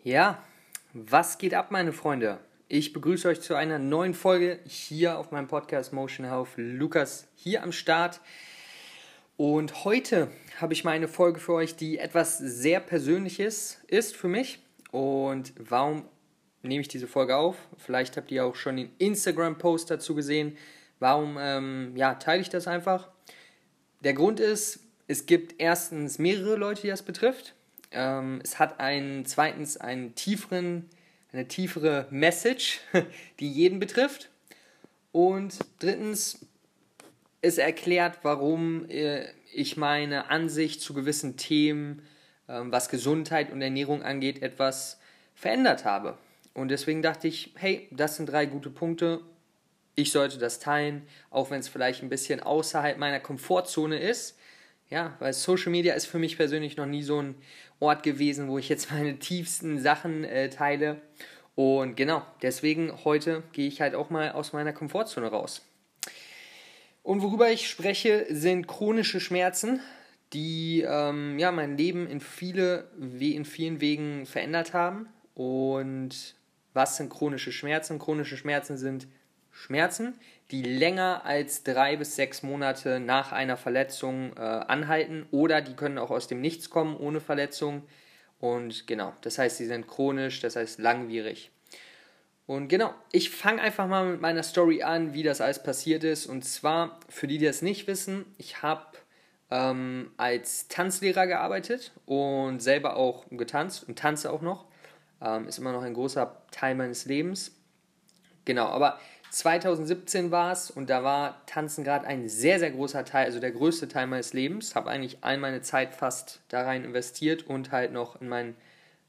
Ja, was geht ab, meine Freunde? Ich begrüße euch zu einer neuen Folge hier auf meinem Podcast Motion Health. Lukas hier am Start. Und heute habe ich mal eine Folge für euch, die etwas sehr Persönliches ist für mich. Und warum nehme ich diese Folge auf? Vielleicht habt ihr auch schon den Instagram-Post dazu gesehen. Warum teile ich das einfach? Der Grund ist, es gibt erstens mehrere Leute, die das betrifft. Es hat zweitens eine tiefere Message, die jeden betrifft. Und drittens, es erklärt, warum ich meine Ansicht zu gewissen Themen, was Gesundheit und Ernährung angeht, etwas verändert habe. Und deswegen dachte ich, hey, das sind 3 gute Punkte. Ich sollte das teilen, auch wenn es vielleicht ein bisschen außerhalb meiner Komfortzone ist. Ja, weil Social Media ist für mich persönlich noch nie so ein Ort gewesen, wo ich jetzt meine tiefsten Sachen teile. Und genau, deswegen heute gehe ich halt auch mal aus meiner Komfortzone raus. Und worüber ich spreche, sind chronische Schmerzen, die mein Leben in vielen Wegen verändert haben. Und was sind chronische Schmerzen? Chronische Schmerzen sind Schmerzen, die länger als 3 bis 6 Monate nach einer Verletzung anhalten, oder die können auch aus dem Nichts kommen ohne Verletzung. Und genau, das heißt, sie sind chronisch, das heißt langwierig. Und genau, ich fange einfach mal mit meiner Story an, wie das alles passiert ist. Und zwar, für die das nicht wissen, ich habe als Tanzlehrer gearbeitet und selber auch getanzt und tanze auch noch. Ist immer noch ein großer Teil meines Lebens. Genau, aber 2017 war es und da war Tanzen gerade ein sehr, sehr großer Teil, also der größte Teil meines Lebens. Habe eigentlich all meine Zeit fast da rein investiert und halt noch in mein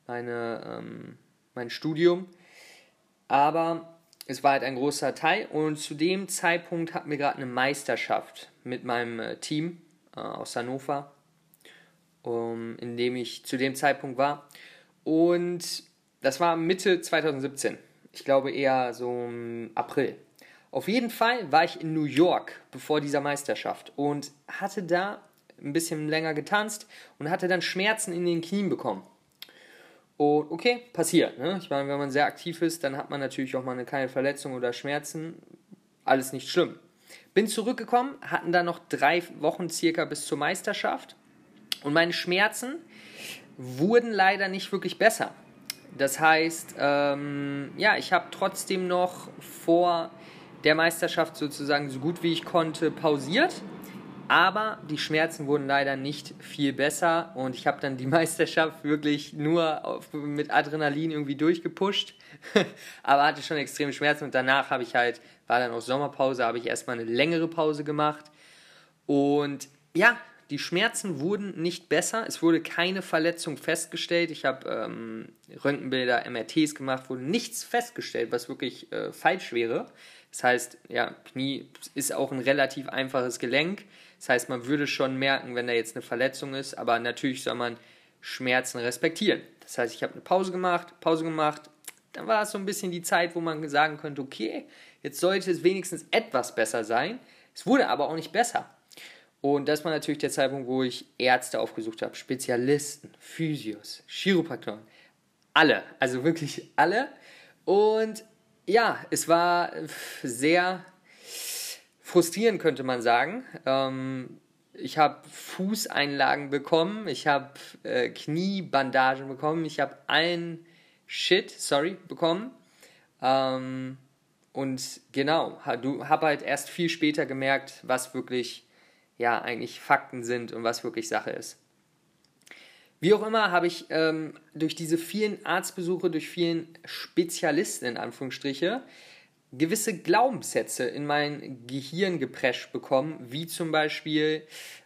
Studium. Aber es war halt ein großer Teil und zu dem Zeitpunkt hatten wir gerade eine Meisterschaft mit meinem Team aus Hannover, in dem ich zu dem Zeitpunkt war. Und das war Mitte 2017. Ich glaube eher so im April. Auf jeden Fall war ich in New York bevor dieser Meisterschaft und hatte da ein bisschen länger getanzt und hatte dann Schmerzen in den Knien bekommen. Und okay, passiert. Ne? Ich meine, wenn man sehr aktiv ist, dann hat man natürlich auch mal eine kleine Verletzung oder Schmerzen. Alles nicht schlimm. Bin zurückgekommen, hatten dann noch 3 Wochen circa bis zur Meisterschaft. Und meine Schmerzen wurden leider nicht wirklich besser. Das heißt, ich habe trotzdem noch vor der Meisterschaft sozusagen so gut wie ich konnte pausiert, aber die Schmerzen wurden leider nicht viel besser und ich habe dann die Meisterschaft wirklich nur mit Adrenalin irgendwie durchgepusht, aber hatte schon extreme Schmerzen und danach war dann auch Sommerpause, habe ich erstmal eine längere Pause gemacht und ja, die Schmerzen wurden nicht besser, es wurde keine Verletzung festgestellt, ich habe Röntgenbilder, MRTs gemacht, wurde nichts festgestellt, was wirklich falsch wäre. Das heißt, ja, Knie ist auch ein relativ einfaches Gelenk, das heißt, man würde schon merken, wenn da jetzt eine Verletzung ist, aber natürlich soll man Schmerzen respektieren. Das heißt, ich habe eine Pause gemacht, dann war es so ein bisschen die Zeit, wo man sagen könnte, okay, jetzt sollte es wenigstens etwas besser sein, es wurde aber auch nicht besser. Und das war natürlich der Zeitpunkt, wo ich Ärzte aufgesucht habe, Spezialisten, Physios, Chiropraktoren, alle, also wirklich alle. Und ja, es war sehr frustrierend, könnte man sagen. Ich habe Fußeinlagen bekommen, ich habe Kniebandagen bekommen, ich habe allen Shit bekommen. Und genau, habe halt erst viel später gemerkt, was wirklich eigentlich Fakten sind und was wirklich Sache ist. Wie auch immer habe ich durch diese vielen Arztbesuche, durch vielen Spezialisten in Anführungsstriche, gewisse Glaubenssätze in mein Gehirn geprescht bekommen, wie zum Beispiel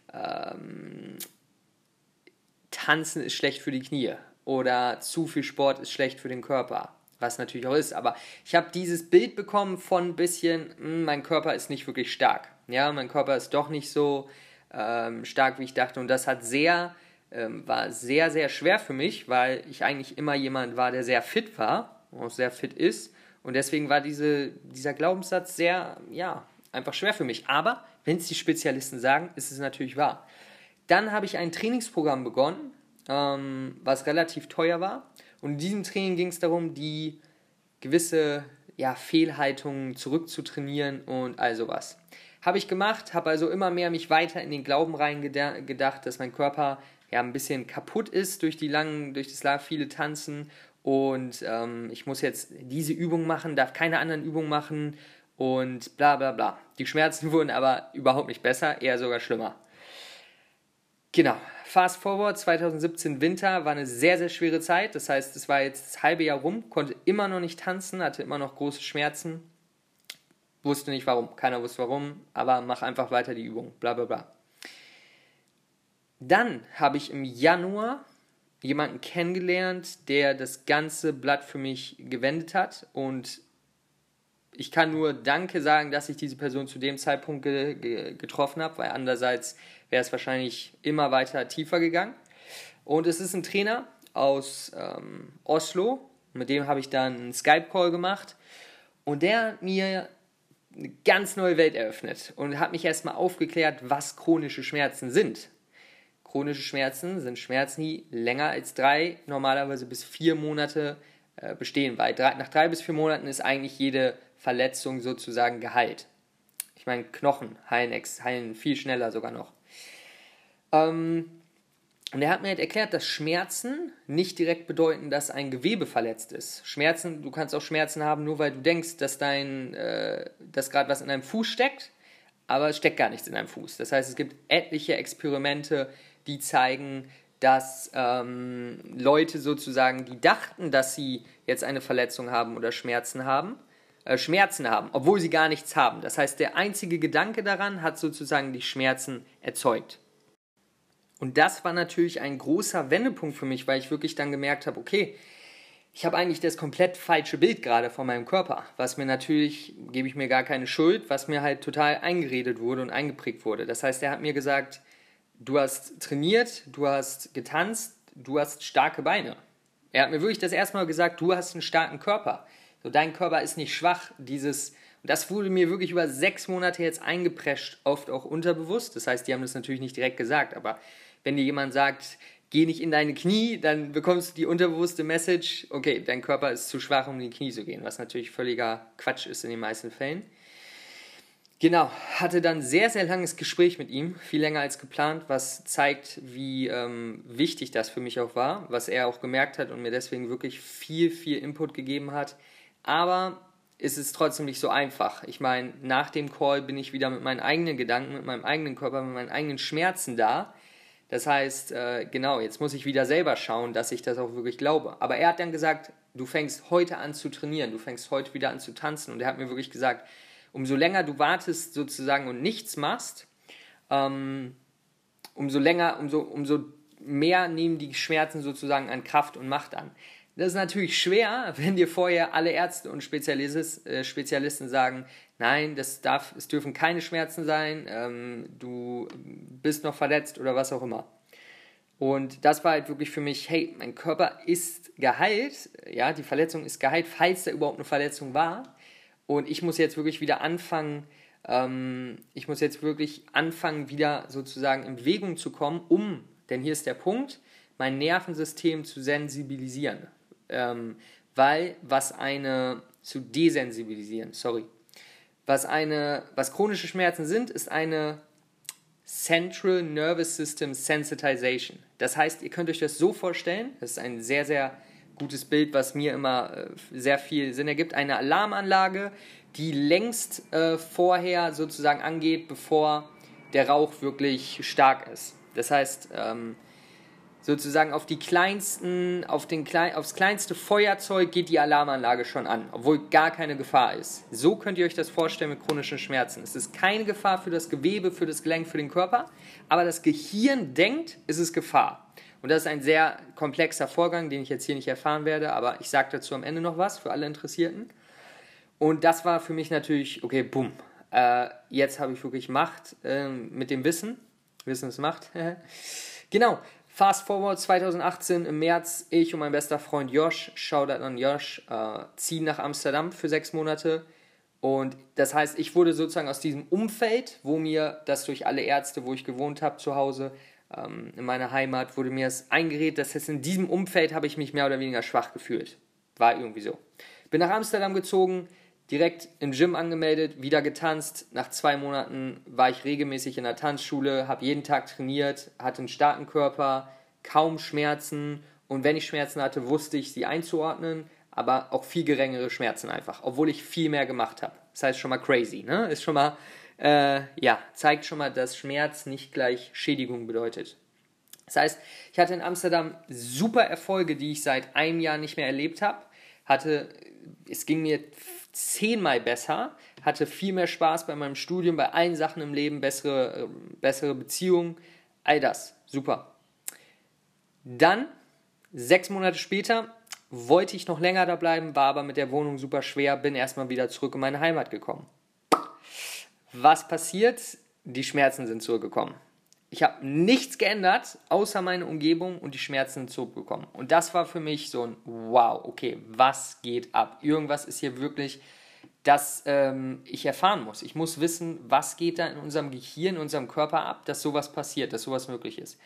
Tanzen ist schlecht für die Knie oder zu viel Sport ist schlecht für den Körper, was natürlich auch ist, aber ich habe dieses Bild bekommen von ein bisschen, mein Körper ist nicht wirklich stark. Ja, mein Körper ist doch nicht so stark, wie ich dachte. Und das war sehr, sehr schwer für mich, weil ich eigentlich immer jemand war, der sehr fit war und auch sehr fit ist. Und deswegen war dieser Glaubenssatz sehr, einfach schwer für mich. Aber wenn es die Spezialisten sagen, ist es natürlich wahr. Dann habe ich ein Trainingsprogramm begonnen, was relativ teuer war. Und in diesem Training ging es darum, die gewisse Fehlhaltungen zurückzutrainieren und all sowas. Habe ich gemacht, habe also immer mehr mich weiter in den Glauben reingedacht, dass mein Körper ein bisschen kaputt ist durch das viele Tanzen und ich muss jetzt diese Übung machen, darf keine anderen Übungen machen und bla bla bla. Die Schmerzen wurden aber überhaupt nicht besser, eher sogar schlimmer. Genau, fast forward, 2017 Winter war eine sehr, sehr schwere Zeit. Das heißt, es war jetzt das halbe Jahr rum, konnte immer noch nicht tanzen, hatte immer noch große Schmerzen. Wusste nicht warum, keiner wusste warum, aber mach einfach weiter die Übung, bla bla bla. Dann habe ich im Januar jemanden kennengelernt, der das ganze Blatt für mich gewendet hat und ich kann nur Danke sagen, dass ich diese Person zu dem Zeitpunkt getroffen habe, weil andererseits wäre es wahrscheinlich immer weiter tiefer gegangen. Und es ist ein Trainer aus Oslo, mit dem habe ich dann einen Skype-Call gemacht und der hat mir eine ganz neue Welt eröffnet und hat mich erstmal aufgeklärt, was chronische Schmerzen sind. Chronische Schmerzen sind Schmerzen, die länger als 3, normalerweise bis 4 Monate bestehen, weil nach 3 bis 4 Monaten ist eigentlich jede Verletzung sozusagen geheilt. Ich meine, Knochen heilen viel schneller sogar noch. Und er hat mir halt erklärt, dass Schmerzen nicht direkt bedeuten, dass ein Gewebe verletzt ist. Du kannst auch Schmerzen haben, nur weil du denkst, dass gerade was in deinem Fuß steckt, aber es steckt gar nichts in deinem Fuß. Das heißt, es gibt etliche Experimente, die zeigen, dass Leute sozusagen, die dachten, dass sie jetzt eine Verletzung haben oder Schmerzen haben, obwohl sie gar nichts haben. Das heißt, der einzige Gedanke daran hat sozusagen die Schmerzen erzeugt. Und das war natürlich ein großer Wendepunkt für mich, weil ich wirklich dann gemerkt habe, okay, ich habe eigentlich das komplett falsche Bild gerade von meinem Körper, was mir natürlich, gebe ich mir gar keine Schuld, was mir halt total eingeredet wurde und eingeprägt wurde. Das heißt, er hat mir gesagt, du hast trainiert, du hast getanzt, du hast starke Beine. Er hat mir wirklich das erste Mal gesagt, du hast einen starken Körper. So, dein Körper ist nicht schwach. Und das wurde mir wirklich über 6 Monate jetzt eingeprescht, oft auch unterbewusst. Das heißt, die haben das natürlich nicht direkt gesagt, aber wenn dir jemand sagt, geh nicht in deine Knie, dann bekommst du die unterbewusste Message, okay, dein Körper ist zu schwach, um in die Knie zu gehen, was natürlich völliger Quatsch ist in den meisten Fällen. Genau, hatte dann sehr, sehr langes Gespräch mit ihm, viel länger als geplant, was zeigt, wie wichtig das für mich auch war, was er auch gemerkt hat und mir deswegen wirklich viel, viel Input gegeben hat. Aber es ist trotzdem nicht so einfach. Ich meine, nach dem Call bin ich wieder mit meinen eigenen Gedanken, mit meinem eigenen Körper, mit meinen eigenen Schmerzen da. Das heißt, jetzt muss ich wieder selber schauen, dass ich das auch wirklich glaube. Aber er hat dann gesagt, du fängst heute an zu trainieren, du fängst heute wieder an zu tanzen. Und er hat mir wirklich gesagt, umso länger du wartest sozusagen und nichts machst, umso mehr nehmen die Schmerzen sozusagen an Kraft und Macht an. Das ist natürlich schwer, wenn dir vorher alle Ärzte und Spezialisten sagen, nein, es dürfen keine Schmerzen sein, du bist noch verletzt oder was auch immer. Und das war halt wirklich für mich, hey, mein Körper ist geheilt, ja, die Verletzung ist geheilt, falls da überhaupt eine Verletzung war. Und ich muss jetzt wirklich wieder anfangen, wieder sozusagen in Bewegung zu kommen, denn hier ist der Punkt, mein Nervensystem zu sensibilisieren. Was chronische Schmerzen sind, ist eine Central Nervous System Sensitization. Das heißt, ihr könnt euch das so vorstellen, das ist ein sehr, sehr gutes Bild, was mir immer sehr viel Sinn ergibt, eine Alarmanlage, die längst vorher sozusagen angeht, bevor der Rauch wirklich stark ist. Das heißt, sozusagen aufs kleinste Feuerzeug geht die Alarmanlage schon an, obwohl gar keine Gefahr ist. So könnt ihr euch das vorstellen mit chronischen Schmerzen. Es ist keine Gefahr für das Gewebe, für das Gelenk, für den Körper, aber das Gehirn denkt, es ist Gefahr. Und das ist ein sehr komplexer Vorgang, den ich jetzt hier nicht erfahren werde, aber ich sage dazu am Ende noch was für alle Interessierten. Und das war für mich natürlich, okay, bumm, jetzt habe ich wirklich Macht mit dem Wissen. Wissen ist Macht. Genau. Fast forward 2018 im März, ich und mein bester Freund Josh, Shoutout an Josh, ziehen nach Amsterdam für 6 Monate. Und das heißt, ich wurde sozusagen aus diesem Umfeld, wo mir das durch alle Ärzte, wo ich gewohnt habe zu Hause, in meiner Heimat wurde mir das eingeredet, das heißt, in diesem Umfeld habe ich mich mehr oder weniger schwach gefühlt. War irgendwie so. Bin nach Amsterdam gezogen, direkt im Gym angemeldet, wieder getanzt. Nach 2 Monaten war ich regelmäßig in der Tanzschule, habe jeden Tag trainiert, hatte einen starken Körper, kaum Schmerzen. Und wenn ich Schmerzen hatte, wusste ich sie einzuordnen, aber auch viel geringere Schmerzen einfach, obwohl ich viel mehr gemacht habe. Das heißt schon mal crazy, ne? Ist schon mal, zeigt schon mal, dass Schmerz nicht gleich Schädigung bedeutet. Das heißt, ich hatte in Amsterdam super Erfolge, die ich seit einem Jahr nicht mehr erlebt habe. Es ging mir 10-mal besser, hatte viel mehr Spaß bei meinem Studium, bei allen Sachen im Leben, bessere Beziehungen, all das, super. Dann, 6 Monate später, wollte ich noch länger da bleiben, war aber mit der Wohnung super schwer, bin erstmal wieder zurück in meine Heimat gekommen. Was passiert? Die Schmerzen sind zurückgekommen. Ich habe nichts geändert, außer meine Umgebung, und die Schmerzen sind zurückgekommen. Und das war für mich so ein wow, okay, was geht ab? Irgendwas ist hier wirklich, das ich erfahren muss. Ich muss wissen, was geht da in unserem Gehirn, in unserem Körper ab, dass sowas passiert, dass sowas möglich ist.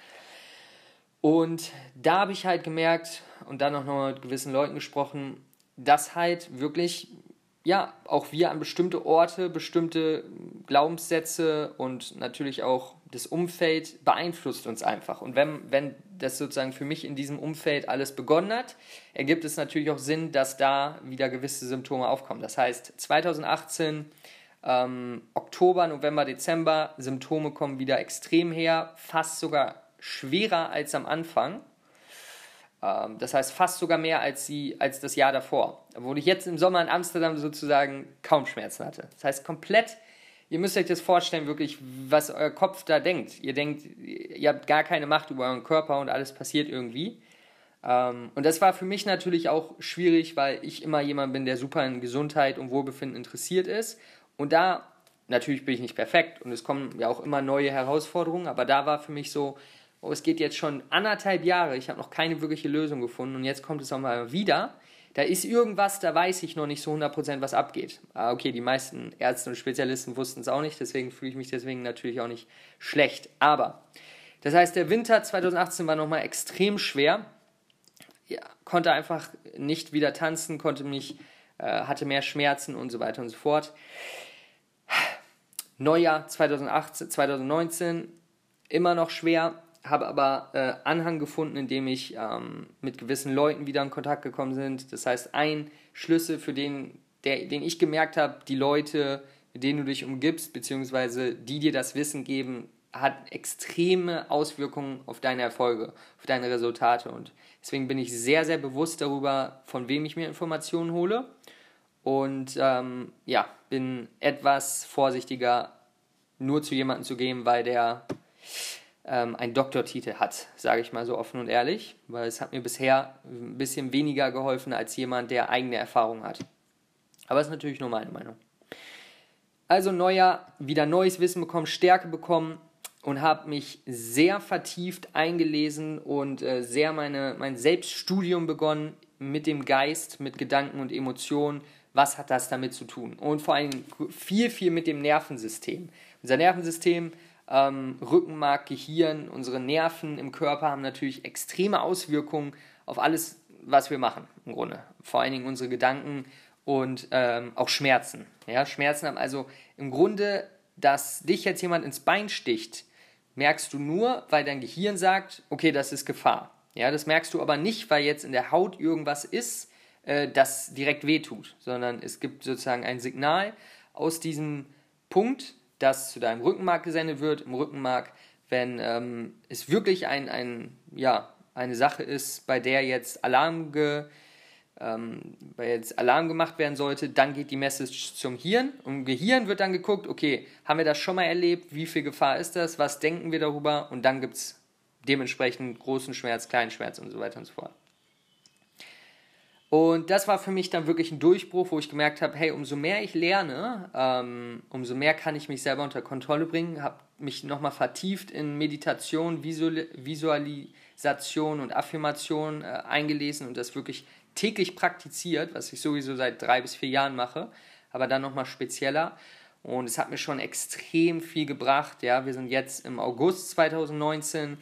Und da habe ich halt gemerkt und dann auch noch mit gewissen Leuten gesprochen, dass halt wirklich, ja, auch wir an bestimmte Orte, bestimmte Glaubenssätze und natürlich auch das Umfeld beeinflusst uns einfach. Und wenn das sozusagen für mich in diesem Umfeld alles begonnen hat, ergibt es natürlich auch Sinn, dass da wieder gewisse Symptome aufkommen. Das heißt, 2018, Oktober, November, Dezember, Symptome kommen wieder extrem her, fast sogar schwerer als am Anfang. Das heißt fast sogar mehr als das Jahr davor. Obwohl ich jetzt im Sommer in Amsterdam sozusagen kaum Schmerzen hatte. Das heißt komplett, ihr müsst euch das vorstellen, wirklich, was euer Kopf da denkt. Ihr denkt, ihr habt gar keine Macht über euren Körper und alles passiert irgendwie. Und das war für mich natürlich auch schwierig, weil ich immer jemand bin, der super in Gesundheit und Wohlbefinden interessiert ist. Und da, natürlich bin ich nicht perfekt und es kommen ja auch immer neue Herausforderungen, aber da war für mich so, oh, es geht jetzt schon 1,5 Jahre, ich habe noch keine wirkliche Lösung gefunden und jetzt kommt es auch mal wieder. Da ist irgendwas, da weiß ich noch nicht so 100%, was abgeht. Okay, die meisten Ärzte und Spezialisten wussten es auch nicht, deswegen fühle ich mich deswegen natürlich auch nicht schlecht. Aber, das heißt, der Winter 2018 war nochmal extrem schwer. Ja, konnte einfach nicht wieder tanzen, hatte mehr Schmerzen und so weiter und so fort. Neujahr 2019, immer noch schwer. Habe aber Anhang gefunden, indem ich mit gewissen Leuten wieder in Kontakt gekommen bin. Das heißt, ein Schlüssel, für den ich gemerkt habe, die Leute, mit denen du dich umgibst, beziehungsweise die dir das Wissen geben, hat extreme Auswirkungen auf deine Erfolge, auf deine Resultate. Und deswegen bin ich sehr, sehr bewusst darüber, von wem ich mir Informationen hole. Und bin etwas vorsichtiger, nur zu jemandem zu gehen, weil der einen Doktortitel hat, sage ich mal so offen und ehrlich, weil es hat mir bisher ein bisschen weniger geholfen als jemand, der eigene Erfahrung hat. Aber das ist natürlich nur meine Meinung. Also Neujahr, wieder neues Wissen bekommen, Stärke bekommen und habe mich sehr vertieft eingelesen und sehr mein Selbststudium begonnen mit dem Geist, mit Gedanken und Emotionen. Was hat das damit zu tun? Und vor allem viel, viel mit dem Nervensystem. Unser Nervensystem, Rückenmark, Gehirn, unsere Nerven im Körper haben natürlich extreme Auswirkungen auf alles, was wir machen im Grunde. Vor allen Dingen unsere Gedanken und auch Schmerzen. Ja, Schmerzen haben also im Grunde, dass dich jetzt jemand ins Bein sticht, merkst du nur, weil dein Gehirn sagt, okay, das ist Gefahr. Ja, das merkst du aber nicht, weil jetzt in der Haut irgendwas ist, das direkt wehtut, sondern es gibt sozusagen ein Signal aus diesem Punkt, das zu deinem Rückenmark gesendet wird, im Rückenmark, wenn es wirklich eine Sache ist, bei der jetzt Alarm gemacht werden sollte, dann geht die Message zum Hirn und im Gehirn wird dann geguckt, okay, haben wir das schon mal erlebt, wie viel Gefahr ist das, was denken wir darüber und dann gibt es dementsprechend großen Schmerz, kleinen Schmerz und so weiter und so fort. Und das war für mich dann wirklich ein Durchbruch, wo ich gemerkt habe, hey, umso mehr ich lerne, umso mehr kann ich mich selber unter Kontrolle bringen, habe mich nochmal vertieft in Meditation, Visualisation und Affirmation eingelesen und das wirklich täglich praktiziert, was ich sowieso seit 3 bis 4 Jahren mache, aber dann nochmal spezieller. Und es hat mir schon extrem viel gebracht. Ja, wir sind jetzt im August 2019.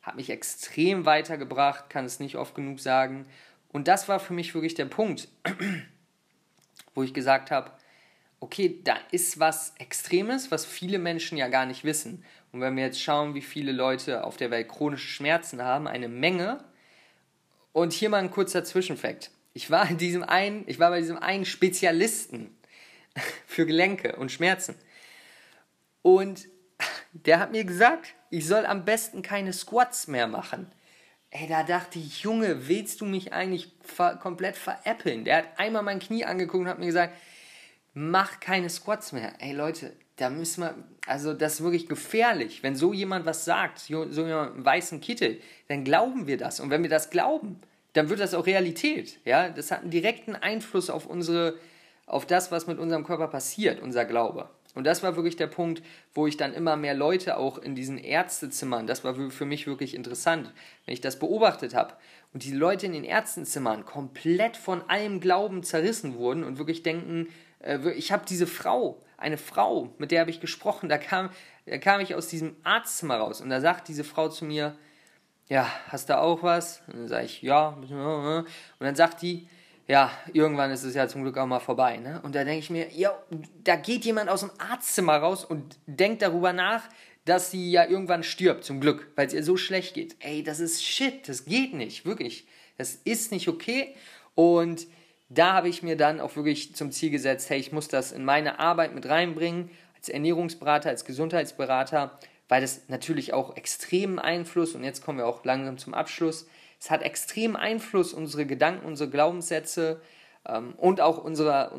hat mich extrem weitergebracht, kann es nicht oft genug sagen. Und das war für mich wirklich der Punkt, wo ich gesagt habe, okay, da ist was Extremes, was viele Menschen ja gar nicht wissen. Und wenn wir jetzt schauen, wie viele Leute auf der Welt chronische Schmerzen haben, eine Menge. Und hier mal ein kurzer Zwischenfakt. Ich war bei diesem einen Spezialisten für Gelenke und Schmerzen. Und der hat mir gesagt, ich soll am besten keine Squats mehr machen. Ey, da dachte ich, Junge, willst du mich eigentlich komplett veräppeln? Der hat einmal mein Knie angeguckt und hat mir gesagt, mach keine Squats mehr. Ey Leute, da müssen wir, also das ist wirklich gefährlich. Wenn so jemand was sagt, so jemand im weißen Kittel, dann glauben wir das. Und wenn wir das glauben, dann wird das auch Realität. Ja? Das hat einen direkten Einfluss auf das, was mit unserem Körper passiert, unser Glaube. Und das war wirklich der Punkt, wo ich dann immer mehr Leute auch in diesen Ärztezimmern, das war für mich wirklich interessant, wenn ich das beobachtet habe und die Leute in den Ärztezimmern komplett von allem Glauben zerrissen wurden und wirklich denken, ich habe eine Frau, mit der habe ich gesprochen, da kam ich aus diesem Arztzimmer raus und da sagt diese Frau zu mir, ja, hast du auch was? Und dann sage ich, ja. Und dann sagt die, ja, irgendwann ist es ja zum Glück auch mal vorbei. Ne? Und da denke ich mir, ja, da geht jemand aus dem Arztzimmer raus und denkt darüber nach, dass sie ja irgendwann stirbt, zum Glück, weil es ihr so schlecht geht. Ey, das ist Shit, das geht nicht, wirklich. Das ist nicht okay. Und da habe ich mir dann auch wirklich zum Ziel gesetzt, hey, ich muss das in meine Arbeit mit reinbringen, als Ernährungsberater, als Gesundheitsberater, weil das natürlich auch extremen Einfluss, und jetzt kommen wir auch langsam zum Abschluss, es hat extremen Einfluss, unsere Gedanken, unsere Glaubenssätze und auch unser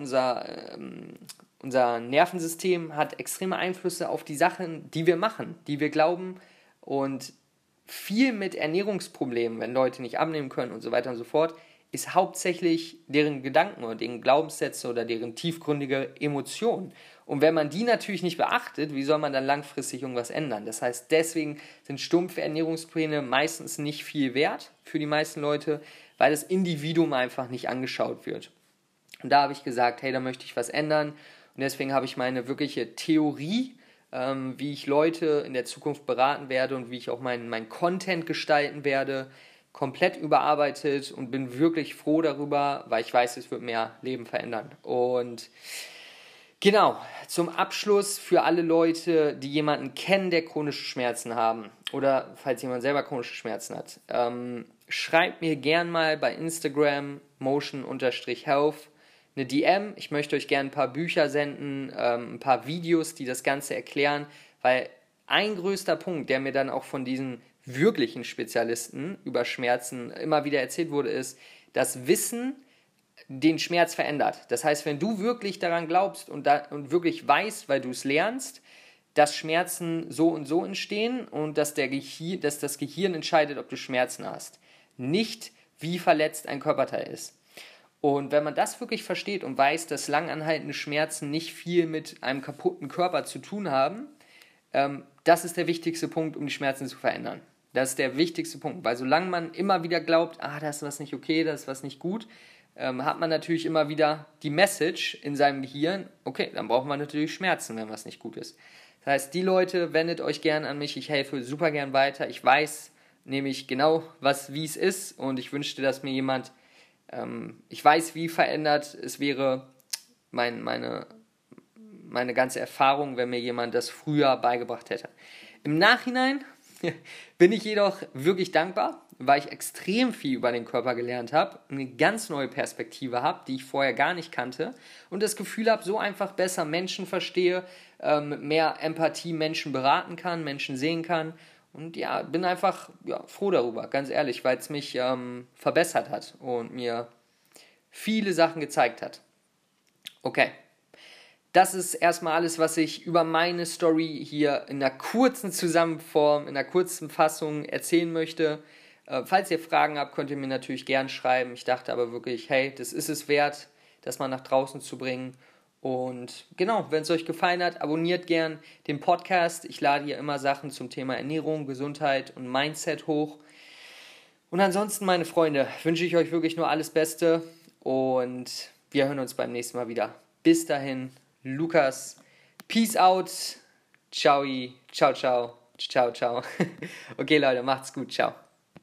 Nervensystem hat extreme Einflüsse auf die Sachen, die wir machen, die wir glauben, und viel mit Ernährungsproblemen, wenn Leute nicht abnehmen können und so weiter und so fort, ist hauptsächlich deren Gedanken oder deren Glaubenssätze oder deren tiefgründige Emotionen. Und wenn man die natürlich nicht beachtet, wie soll man dann langfristig irgendwas ändern? Das heißt, deswegen sind stumpfe Ernährungspläne meistens nicht viel wert für die meisten Leute, weil das Individuum einfach nicht angeschaut wird. Und da habe ich gesagt, hey, da möchte ich was ändern. Und deswegen habe ich meine wirkliche Theorie, wie ich Leute in der Zukunft beraten werde und wie ich auch mein Content gestalten werde, komplett überarbeitet und bin wirklich froh darüber, weil ich weiß, es wird mehr Leben verändern. Und genau, zum Abschluss für alle Leute, die jemanden kennen, der chronische Schmerzen haben oder falls jemand selber chronische Schmerzen hat, schreibt mir gern mal bei Instagram motion_health eine DM. Ich möchte euch gerne ein paar Bücher senden, ein paar Videos, die das Ganze erklären, weil ein größter Punkt, der mir dann auch von diesen wirklichen Spezialisten über Schmerzen immer wieder erzählt wurde, ist, dass Wissen den Schmerz verändert. Das heißt, wenn du wirklich daran glaubst und wirklich weißt, weil du es lernst, dass Schmerzen so und so entstehen und dass das Gehirn entscheidet, ob du Schmerzen hast, nicht wie verletzt ein Körperteil ist. Und wenn man das wirklich versteht und weiß, dass langanhaltende Schmerzen nicht viel mit einem kaputten Körper zu tun haben, das ist der wichtigste Punkt, um die Schmerzen zu verändern. Das ist der wichtigste Punkt, weil solange man immer wieder glaubt, da ist was nicht okay, da ist was nicht gut, hat man natürlich immer wieder die Message in seinem Gehirn, okay, dann braucht man natürlich Schmerzen, wenn was nicht gut ist. Das heißt, die Leute, wendet euch gern an mich, ich helfe super gern weiter. Ich weiß nämlich genau, wie es ist, und ich wünschte, dass mir jemand, ich weiß, wie verändert es wäre, meine ganze Erfahrung, wenn mir jemand das früher beigebracht hätte. Im Nachhinein bin ich jedoch wirklich dankbar, weil ich extrem viel über den Körper gelernt habe, eine ganz neue Perspektive habe, die ich vorher gar nicht kannte, und das Gefühl habe, so einfach besser Menschen verstehe, mit mehr Empathie Menschen beraten kann, Menschen sehen kann, und ja, bin einfach froh darüber, ganz ehrlich, weil es mich verbessert hat und mir viele Sachen gezeigt hat. Okay. Das ist erstmal alles, was ich über meine Story hier in einer kurzen Zusammenform, in einer kurzen Fassung erzählen möchte. Falls ihr Fragen habt, könnt ihr mir natürlich gern schreiben. Ich dachte aber wirklich, hey, das ist es wert, das mal nach draußen zu bringen. Und genau, wenn es euch gefallen hat, abonniert gern den Podcast. Ich lade hier immer Sachen zum Thema Ernährung, Gesundheit und Mindset hoch. Und ansonsten, meine Freunde, wünsche ich euch wirklich nur alles Beste und wir hören uns beim nächsten Mal wieder. Bis dahin. Lukas, peace out, ciao, ciao, ciao. Ciao, ciao. Okay, Leute, macht's gut. Ciao.